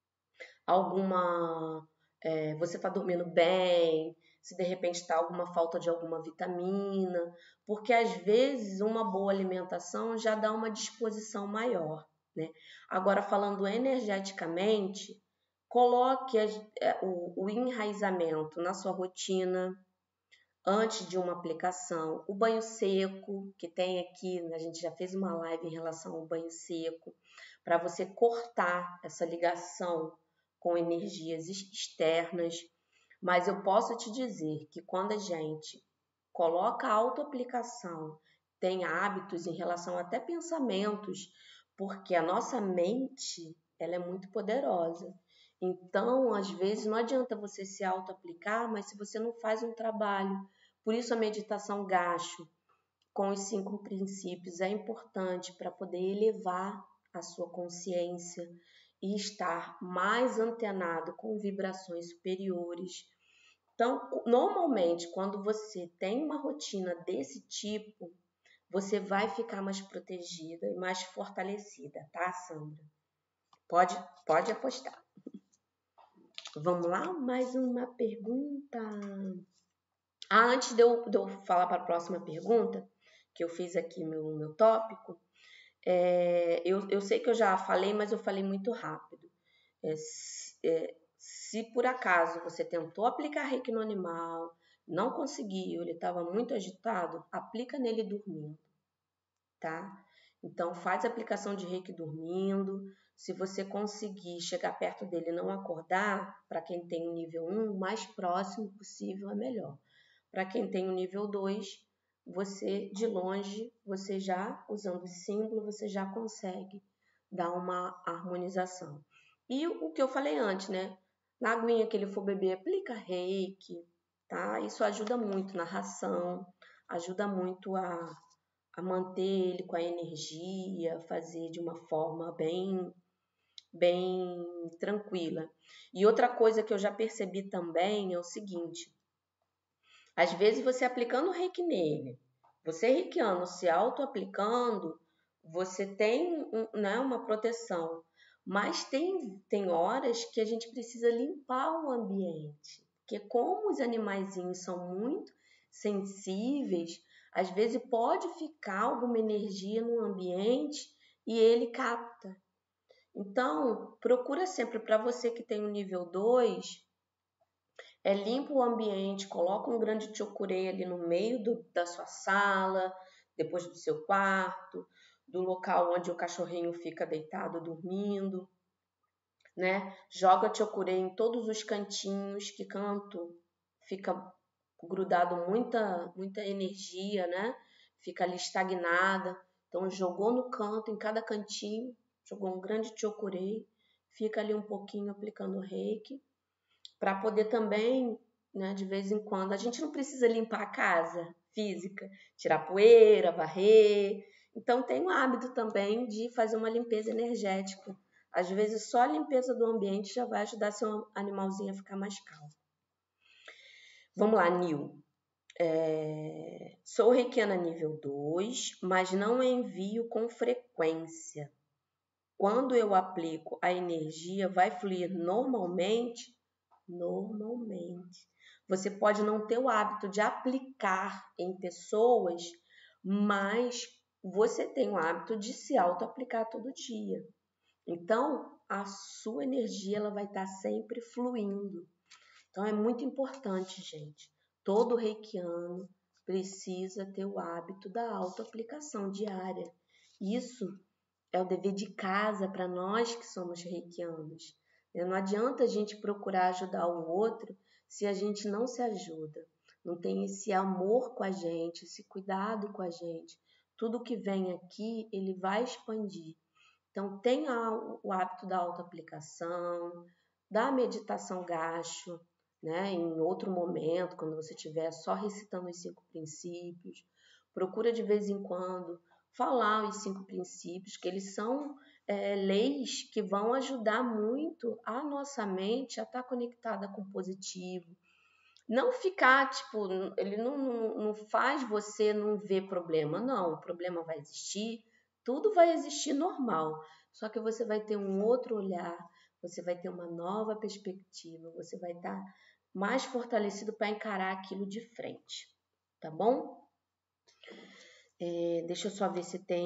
você está dormindo bem, se de repente está alguma falta de alguma vitamina, porque às vezes uma boa alimentação já dá uma disposição maior, né? Agora, falando energeticamente, coloque o enraizamento na sua rotina antes de uma aplicação. O banho seco, que tem aqui, a gente já fez uma live em relação ao banho seco, para você cortar essa ligação com energias externas. Mas eu posso te dizer que quando a gente coloca a autoaplicação, tem hábitos em relação até pensamentos, porque a nossa mente ela é muito poderosa. Então, às vezes, não adianta você se auto-aplicar, mas se você não faz um trabalho. Por isso, a meditação gacho com os 5 princípios é importante para poder elevar a sua consciência e estar mais antenado com vibrações superiores. Então, normalmente, quando você tem uma rotina desse tipo, você vai ficar mais protegida e mais fortalecida, tá, Sandra? Pode apostar. Vamos lá, mais uma pergunta. Antes de eu falar para a próxima pergunta, que eu fiz aqui meu tópico, eu sei que eu já falei, mas eu falei muito rápido. Se por acaso você tentou aplicar reiki no animal, não conseguiu, ele estava muito agitado, aplica nele dormindo, tá? Então, faz a aplicação de reiki dormindo. Se você conseguir chegar perto dele e não acordar, para quem tem o nível 1, o mais próximo possível é melhor. Para quem tem o nível 2, você, de longe, você já, usando o símbolo, você já consegue dar uma harmonização. E o que eu falei antes, né? Na aguinha que ele for beber, aplica reiki, tá? Isso ajuda muito na ração, ajuda muito a manter ele com a energia, fazer de uma forma bem tranquila. E outra coisa que eu já percebi também é o seguinte: às vezes você aplicando reiki nele, você reikiano, se auto-aplicando, você tem uma proteção. Mas tem horas que a gente precisa limpar o ambiente. Porque como os animaizinhos são muito sensíveis, às vezes pode ficar alguma energia no ambiente e ele capta. Então, procura sempre, para você que tem o nível 2, limpa o ambiente, coloca um grande chokurei ali no meio da sua sala, depois do seu quarto, do local onde o cachorrinho fica deitado dormindo, né? Joga chokurei em todos os cantinhos, que canto fica grudado muita energia, né? Fica ali estagnada. Então jogou no canto, em cada cantinho, jogou um grande chokurei, fica ali um pouquinho aplicando reiki, para poder também, né, de vez em quando, a gente não precisa limpar a casa física, tirar poeira, varrer. Então tem o hábito também de fazer uma limpeza energética. Às vezes só a limpeza do ambiente já vai ajudar seu animalzinho a ficar mais calmo. Vamos lá, Nil. Sou reikiana nível 2, mas não envio com frequência. Quando eu aplico, a energia vai fluir normalmente? Normalmente. Você pode não ter o hábito de aplicar em pessoas, mas você tem o hábito de se auto-aplicar todo dia. Então, a sua energia ela vai estar sempre fluindo. Então, é muito importante, gente. Todo reikiano precisa ter o hábito da auto-aplicação diária. Isso é o dever de casa para nós que somos reikianos. Não adianta a gente procurar ajudar o outro se a gente não se ajuda. Não tem esse amor com a gente, esse cuidado com a gente. Tudo que vem aqui, ele vai expandir. Então, tenha o hábito da autoaplicação, da meditação gacho, né? Em outro momento, quando você estiver só recitando os 5 princípios. Procura de vez em quando falar os 5 princípios, que eles são leis que vão ajudar muito a nossa mente a estar conectada com o positivo. Não ficar, tipo, ele não faz você não ver problema, não. O problema vai existir, tudo vai existir normal. Só que você vai ter um outro olhar, você vai ter uma nova perspectiva, você vai estar mais fortalecido para encarar aquilo de frente, tá bom? Deixa eu só ver se tem...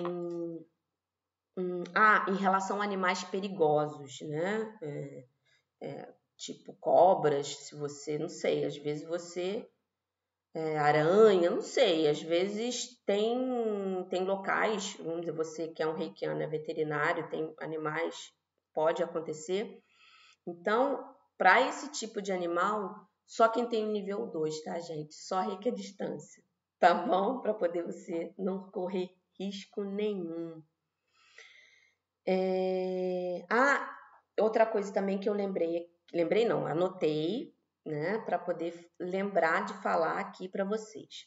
em relação a animais perigosos, né? Tipo cobras, se você, não sei, às vezes você... aranha, não sei, às vezes tem locais, vamos dizer, você que é um reikiano, é veterinário, tem animais, pode acontecer. Então, para esse tipo de animal, só quem tem o nível 2, tá, gente? Só reiki à distância, tá bom? Para poder você não correr risco nenhum. Outra coisa também que eu lembrei não, anotei, né, para poder lembrar de falar aqui para vocês.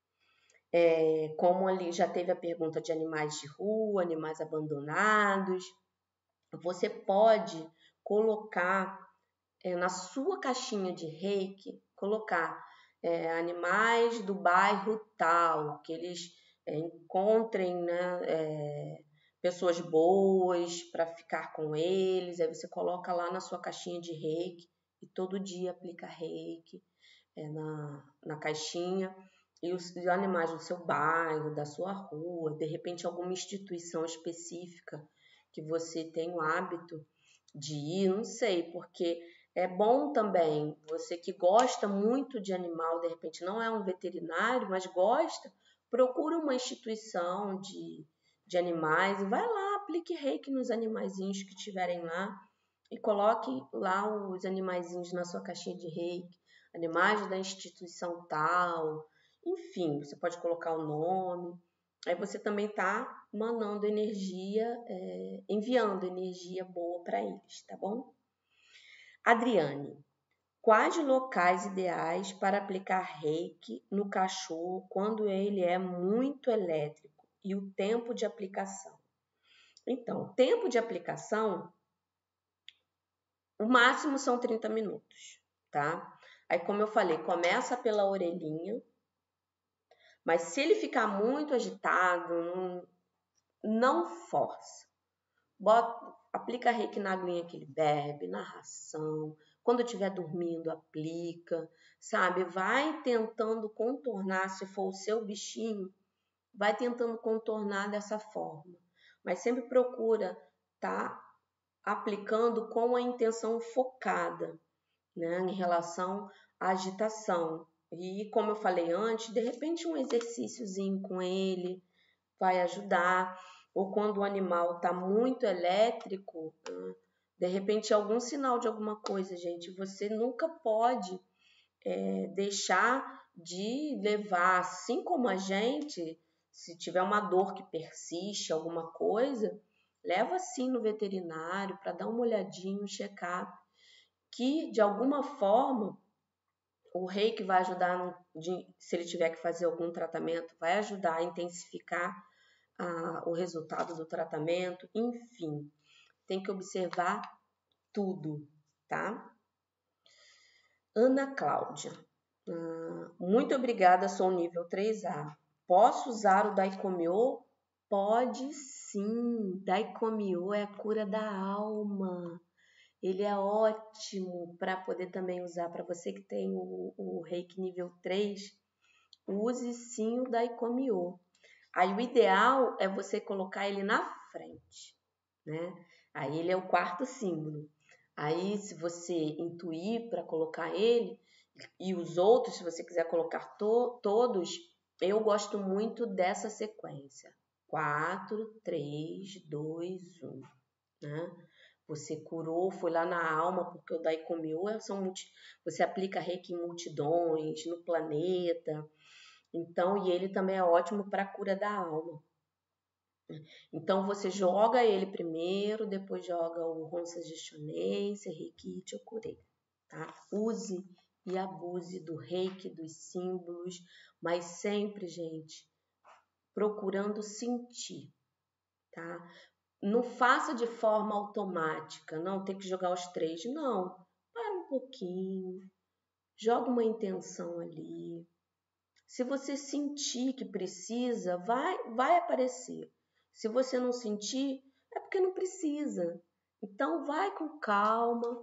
Como ali já teve a pergunta de animais de rua, animais abandonados, você pode colocar na sua caixinha de reiki, colocar animais do bairro tal, que eles encontrem, né, pessoas boas para ficar com eles, aí você coloca lá na sua caixinha de reiki e todo dia aplica reiki na caixinha. E os animais do seu bairro, da sua rua, de repente alguma instituição específica que você tem o hábito de ir, não sei, porque é bom também, você que gosta muito de animal, de repente não é um veterinário, mas gosta, procura uma instituição de animais e vai lá, aplique reiki nos animaizinhos que estiverem lá e coloque lá os animaizinhos na sua caixinha de reiki, animais da instituição tal, enfim, você pode colocar o nome. Aí você também está manando energia, enviando energia boa para eles, tá bom? Adriane, quais locais ideais para aplicar reiki no cachorro quando ele é muito elétrico e o tempo de aplicação? Então, o tempo de aplicação, o máximo são 30 minutos, tá? Aí, como eu falei, começa pela orelhinha, mas se ele ficar muito agitado, não força. Aplica reiki na aguinha que ele bebe, na ração. Quando estiver dormindo, aplica, sabe? Vai tentando contornar, se for o seu bichinho, vai tentando contornar dessa forma. Mas sempre procura tá aplicando com a intenção focada, né? Em relação à agitação. E como eu falei antes, de repente um exercíciozinho com ele vai ajudar. Ou quando o animal está muito elétrico, de repente algum sinal de alguma coisa, gente, você nunca pode deixar de levar, assim como a gente, se tiver uma dor que persiste, alguma coisa, leva sim no veterinário para dar uma olhadinha, um check-up, que de alguma forma o reiki vai ajudar, se ele tiver que fazer algum tratamento, vai ajudar a intensificar o resultado do tratamento, enfim, tem que observar tudo, tá? Ana Cláudia, muito obrigada, sou nível 3A. Posso usar o Daikomyo? Pode sim, Daikomyo é a cura da alma. Ele é ótimo para poder também usar, para você que tem o Reiki nível 3, use sim o Daikomyo. Aí o ideal é você colocar ele na frente, né? Aí ele é o quarto símbolo. Aí se você intuir para colocar ele e os outros, se você quiser colocar todos, eu gosto muito dessa sequência. 4, 3, 2, 1, né? Você curou, foi lá na alma, porque o Daikomyo você aplica reiki em multidões, no planeta. Então, e ele também é ótimo para a cura da alma. Então, você joga ele primeiro, depois joga o Ronsa Gestionense, Reiki Chokurei, tá? Use e abuse do reiki, dos símbolos, mas sempre, gente, procurando sentir, tá? Não faça de forma automática, não, tem que jogar os 3, não. Para um pouquinho, joga uma intenção ali. Se você sentir que precisa, vai aparecer. Se você não sentir, é porque não precisa. Então, vai com calma.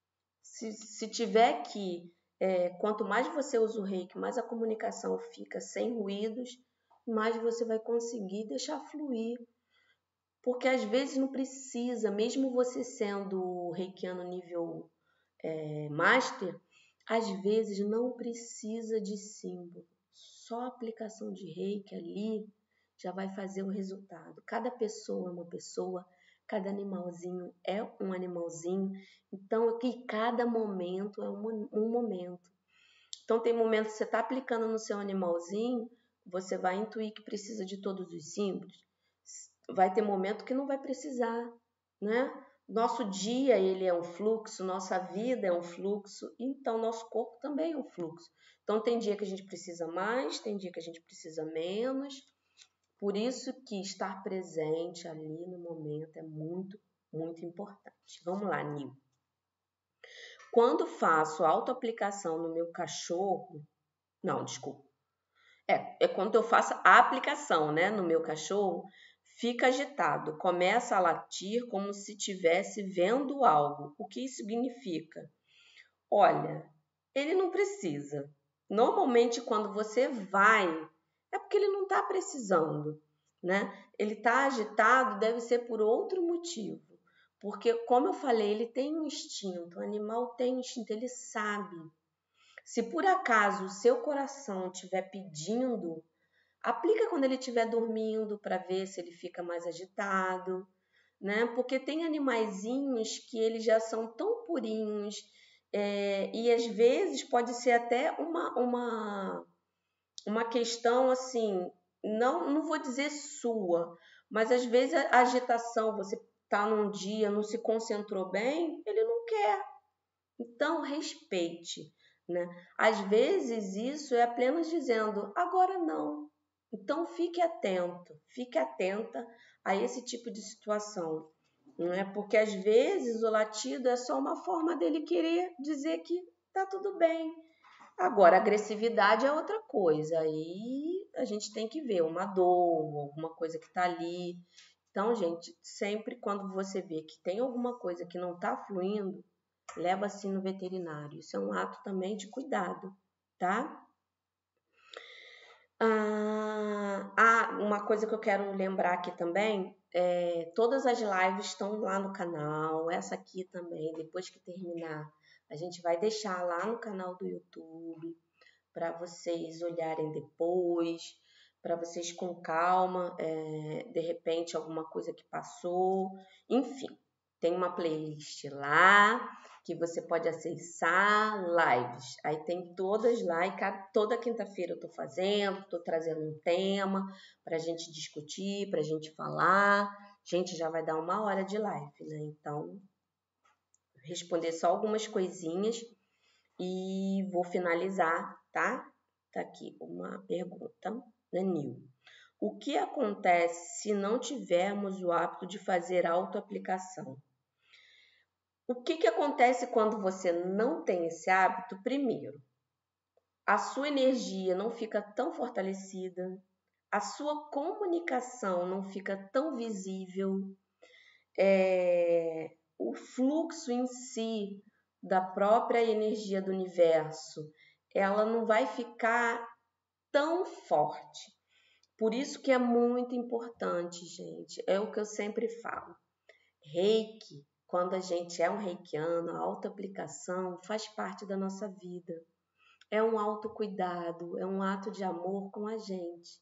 Se tiver que, quanto mais você usa o reiki, mais a comunicação fica sem ruídos, mais você vai conseguir deixar fluir. Porque às vezes não precisa, mesmo você sendo reikiano nível master, às vezes não precisa de símbolo. Só a aplicação de reiki ali já vai fazer o resultado. Cada pessoa é uma pessoa, cada animalzinho é um animalzinho. Então, aqui cada momento é um momento. Então, tem momento que você está aplicando no seu animalzinho, você vai intuir que precisa de todos os símbolos. Vai ter momento que não vai precisar, né? Nosso dia, ele é um fluxo, nossa vida é um fluxo, então nosso corpo também é um fluxo. Então tem dia que a gente precisa mais, tem dia que a gente precisa menos. Por isso que estar presente ali no momento é muito, muito importante. Vamos lá, Nil. Quando faço autoaplicação no meu cachorro, não, desculpa. É quando eu faço a aplicação, né, no meu cachorro, fica agitado, começa a latir como se estivesse vendo algo. O que isso significa? Olha, ele não precisa. Normalmente, quando você vai, é porque ele não está precisando, né? Ele está agitado, deve ser por outro motivo. Porque, como eu falei, ele tem um instinto, o animal tem um instinto, ele sabe. Se por acaso o seu coração estiver pedindo, aplica quando ele estiver dormindo para ver se ele fica mais agitado, né? Porque tem animaizinhos que eles já são tão purinhos, e às vezes pode ser até uma questão assim, não vou dizer sua, mas às vezes a agitação, você está num dia, não se concentrou bem, ele não quer. Então, respeite, né? Às vezes isso é apenas dizendo, agora não. Então, fique atento, fique atenta a esse tipo de situação, né? Porque às vezes o latido é só uma forma dele querer dizer que tá tudo bem. Agora, a agressividade é outra coisa, aí a gente tem que ver uma dor, alguma coisa que tá ali. Então, gente, sempre quando você vê que tem alguma coisa que não tá fluindo, leva assim no veterinário. Isso é um ato também de cuidado, tá? Uma coisa que eu quero lembrar aqui também, todas as lives estão lá no canal, essa aqui também, depois que terminar, a gente vai deixar lá no canal do YouTube, para vocês olharem depois, para vocês com calma, de repente alguma coisa que passou, enfim, tem uma playlist lá que você pode acessar lives. Aí tem todas lá e toda quinta-feira eu estou fazendo, estou trazendo um tema para a gente discutir, para a gente falar. Gente, já vai dar 1 hora de live, né? Então, responder só algumas coisinhas e vou finalizar, tá? Tá aqui uma pergunta da Nil. O que acontece se não tivermos o hábito de fazer autoaplicação? O que acontece quando você não tem esse hábito? Primeiro, a sua energia não fica tão fortalecida, a sua comunicação não fica tão visível, o fluxo em si da própria energia do universo, ela não vai ficar tão forte. Por isso que é muito importante, gente, é o que eu sempre falo. Reiki, quando a gente é um reikiano, a autoaplicação faz parte da nossa vida. É um autocuidado, é um ato de amor com a gente.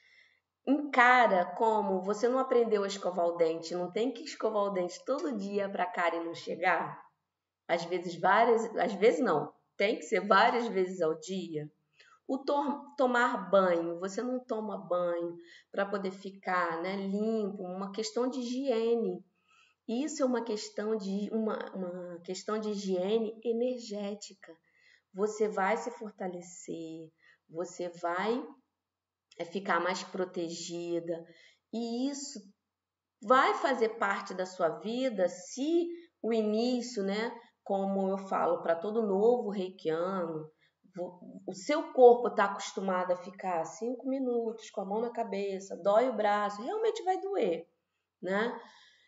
Encara como você não aprendeu a escovar o dente, não tem que escovar o dente todo dia para a cárie não chegar? Às vezes não, tem que ser várias vezes ao dia. O tomar banho, você não toma banho para poder ficar, né, limpo, uma questão de higiene. Isso é uma questão de higiene energética. Você vai se fortalecer, você vai ficar mais protegida e isso vai fazer parte da sua vida se o início, né, como eu falo para todo novo reikiano, o seu corpo está acostumado a ficar 5 minutos com a mão na cabeça, dói o braço, realmente vai doer, né?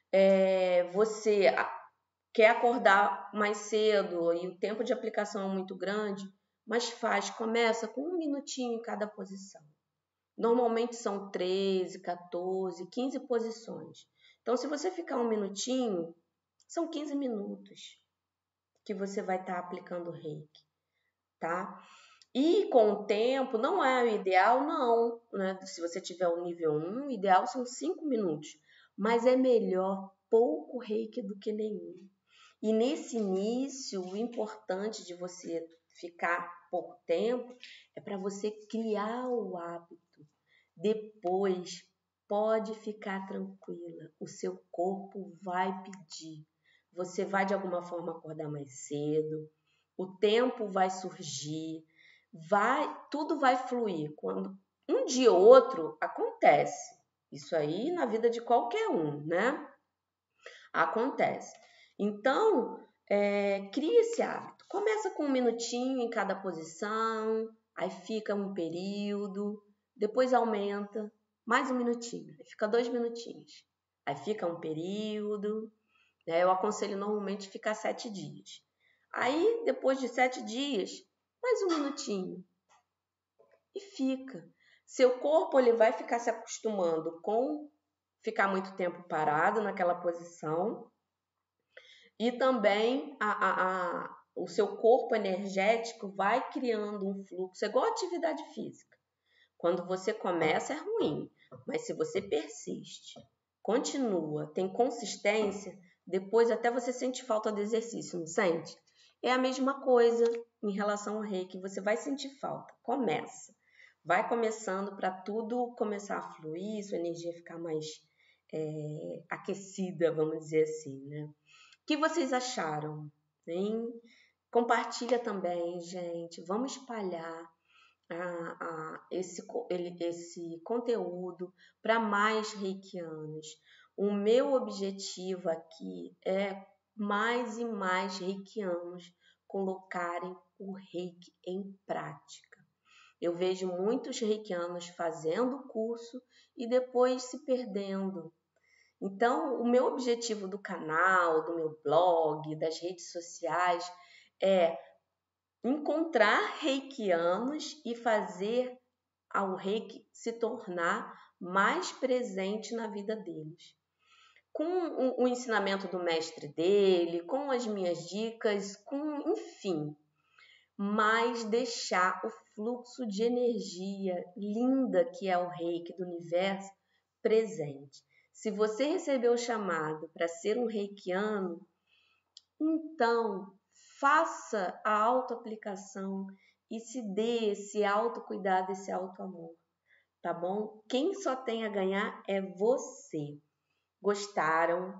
Você quer acordar mais cedo e o tempo de aplicação é muito grande, mas começa com 1 minutinho em cada posição. Normalmente são 13, 14, 15 posições. Então, se você ficar 1 minutinho, são 15 minutos que você vai estar aplicando reiki, tá? E com o tempo, não é o ideal, não, né? Se você tiver o nível 1, o ideal são 5 minutos. Mas é melhor pouco reiki do que nenhum. E nesse início, o importante de você ficar pouco tempo é para você criar o hábito. Depois, pode ficar tranquila, o seu corpo vai pedir. Você vai de alguma forma acordar mais cedo, o tempo vai surgir, tudo vai fluir. Quando um dia ou outro acontece. Isso aí na vida de qualquer um, né? Acontece. Então, cria esse hábito. Começa com 1 minutinho em cada posição, aí fica um período, depois aumenta, mais 1 minutinho, aí fica 2 minutinhos. Aí fica um período, né? Eu aconselho normalmente ficar 7 dias. Aí, depois de 7 dias, mais um minutinho. E fica. Seu corpo ele vai ficar se acostumando com ficar muito tempo parado naquela posição. E também o seu corpo energético vai criando um fluxo. É igual atividade física. Quando você começa é ruim, mas se você persiste, continua, tem consistência, depois até você sente falta do exercício, não sente? É a mesma coisa em relação ao reiki, você vai sentir falta, começa. Vai começando para tudo começar a fluir, sua energia ficar mais aquecida, vamos dizer assim, né? O que vocês acharam? Hein? Compartilha também, gente. Vamos espalhar esse conteúdo para mais reikianos. O meu objetivo aqui é mais e mais reikianos colocarem o reiki em prática. Eu vejo muitos reikianos fazendo o curso e depois se perdendo. Então, o meu objetivo do canal, do meu blog, das redes sociais é encontrar reikianos e fazer ao reiki se tornar mais presente na vida deles. Com o ensinamento do mestre dele, com as minhas dicas, enfim, mas deixar o fluxo de energia linda que é o reiki do universo presente. Se você recebeu o chamado para ser um reikiano, então faça a autoaplicação e se dê esse autocuidado, esse autoamor, tá bom? Quem só tem a ganhar é você. Gostaram?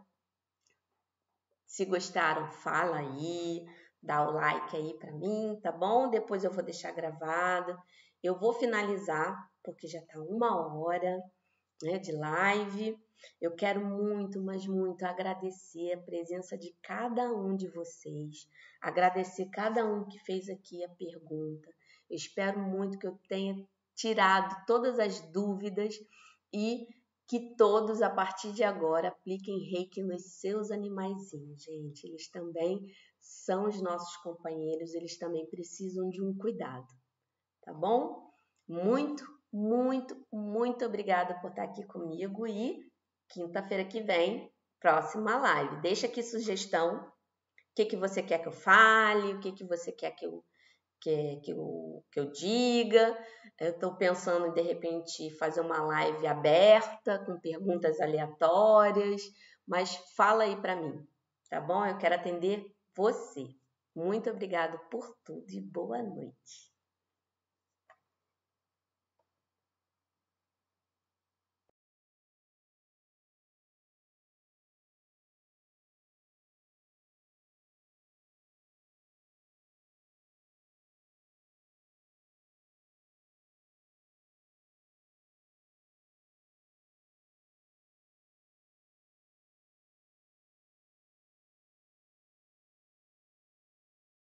Se gostaram, fala aí, dá o like aí pra mim, tá bom? Depois eu vou deixar gravado. Eu vou finalizar, porque já tá 1 hora, né, de live. Eu quero muito, mas muito agradecer a presença de cada um de vocês, agradecer cada um que fez aqui a pergunta. Eu espero muito que eu tenha tirado todas as dúvidas e que todos, a partir de agora, apliquem reiki nos seus animaizinhos, gente. Eles também são os nossos companheiros, eles também precisam de um cuidado, tá bom? Muito, muito obrigada por estar aqui comigo e quinta-feira que vem, próxima live. Deixa aqui sugestão, o que você quer que eu fale, o que você quer que eu diga. Eu estou pensando em, de repente, fazer uma live aberta, com perguntas aleatórias, mas fala aí para mim, tá bom? Eu quero atender você. Muito obrigada por tudo e boa noite.